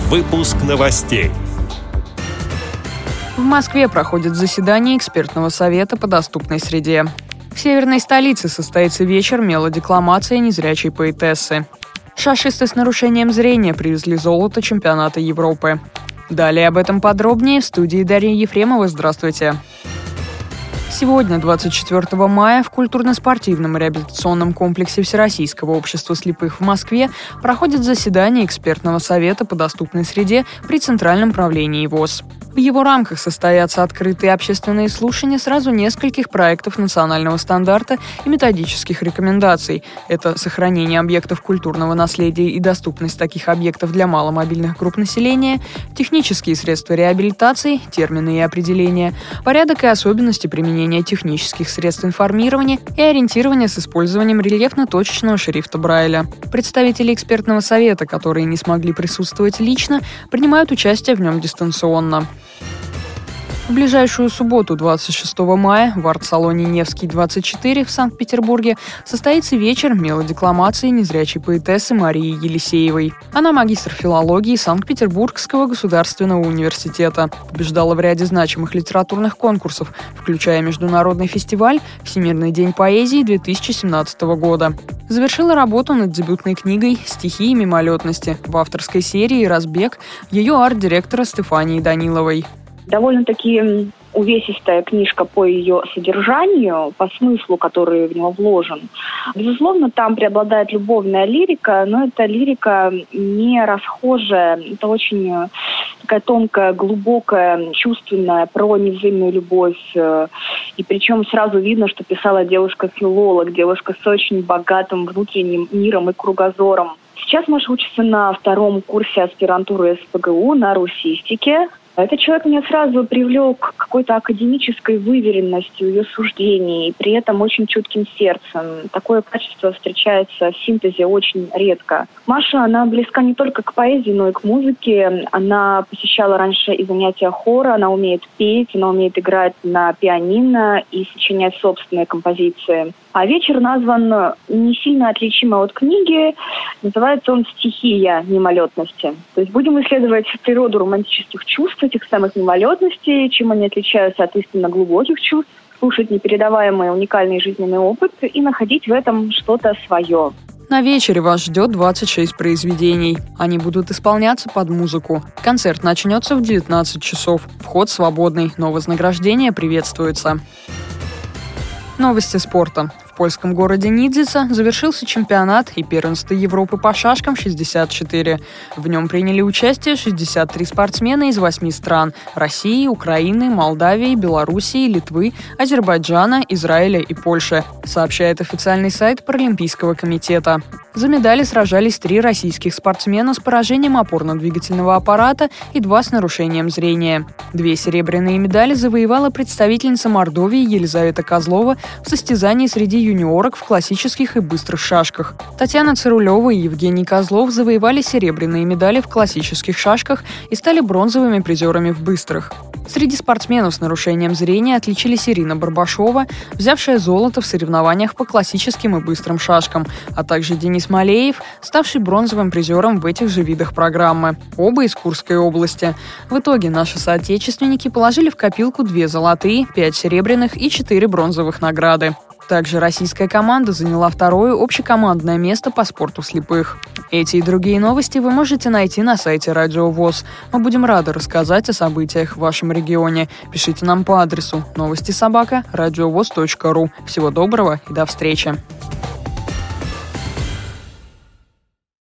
Выпуск новостей. В Москве проходит заседание экспертного совета по доступной среде. В северной столице состоится вечер мелодекламации незрячей поэтессы. Шашисты с нарушением зрения привезли золото чемпионата Европы. Далее об этом подробнее в студии Дарьи Ефремовой. Здравствуйте. Сегодня, 24 мая, в культурно-спортивном реабилитационном комплексе Всероссийского общества слепых в Москве проходит заседание экспертного совета по доступной среде при Центральном правлении ВОС. В его рамках состоятся открытые общественные слушания сразу нескольких проектов национального стандарта и методических рекомендаций. Это сохранение объектов культурного наследия и доступность таких объектов для маломобильных групп населения, технические средства реабилитации, термины и определения, порядок и особенности применения технических средств информирования и ориентирования с использованием рельефно-точечного шрифта Брайля. Представители экспертного совета, которые не смогли присутствовать лично, принимают участие в нем дистанционно. В ближайшую субботу, 26 мая, в арт-салоне «Невский, 24» в Санкт-Петербурге состоится вечер мелодекламации незрячей поэтессы Марии Елисеевой. Она магистр филологии Санкт-Петербургского государственного университета. Побеждала в ряде значимых литературных конкурсов, включая международный фестиваль «Всемирный день поэзии» 2017 года. Завершила работу над дебютной книгой «Стихи и мимолетности» в авторской серии «Разбег» ее арт-директора Стефании Даниловой. Довольно-таки увесистая книжка по ее содержанию, по смыслу, который в него вложен. Безусловно, там преобладает любовная лирика, но это лирика не расхожая, это очень такая тонкая, глубокая, чувственная, про невзаимную любовь. И причем сразу видно, что писала девушка-филолог, девушка с очень богатым внутренним миром и кругозором. Сейчас Маша учится на втором курсе аспирантуры СПГУ на русистике. Этот человек меня сразу привлек какой-то академической выверенностью ее суждений, и при этом очень чутким сердцем. Такое качество встречается в синтезе очень редко. Маша, она близка не только к поэзии, но и к музыке. Она посещала раньше и занятия хора, она умеет петь, она умеет играть на пианино и сочинять собственные композиции. А вечер назван не сильно отличимо от книги. Называется он «Стихия мимолетности». То есть будем исследовать природу романтических чувств, этих самых мимолетностей, чем они отличаются от истинно глубоких чувств, слушать непередаваемый уникальный жизненный опыт и находить в этом что-то свое. На вечере вас ждет 26 произведений. Они будут исполняться под музыку. Концерт начнется в 19 часов. Вход свободный, но вознаграждение приветствуется. Новости спорта. В польском городе Нидзица завершился чемпионат и первенство Европы по шашкам 64. В нем приняли участие 63 спортсмена из 8 стран – России, Украины, Молдавии, Белоруссии, Литвы, Азербайджана, Израиля и Польши, сообщает официальный сайт Паралимпийского комитета. За медали сражались 3 российских спортсмена с поражением опорно-двигательного аппарата и 2 с нарушением зрения. 2 серебряные медали завоевала представительница Мордовии Елизавета Козлова в состязании среди юниорок в классических и быстрых шашках. Татьяна Цирулева и Евгений Козлов завоевали серебряные медали в классических шашках и стали бронзовыми призерами в быстрых. Среди спортсменов с нарушением зрения отличились Ирина Барбашова, взявшая золото в соревнованиях по классическим и быстрым шашкам, а также Денис Малеев, ставший бронзовым призером в этих же видах программы. Оба из Курской области. В итоге наши соотечественники положили в копилку 2 золотые, 5 серебряных и 4 бронзовых награды. Также российская команда заняла 2-е общекомандное место по спорту слепых. Эти и другие новости вы можете найти на сайте Радио ВОС. Мы будем рады рассказать о событиях в вашем регионе. Пишите нам по адресу новости@радиовос.ру. Всего доброго и до встречи!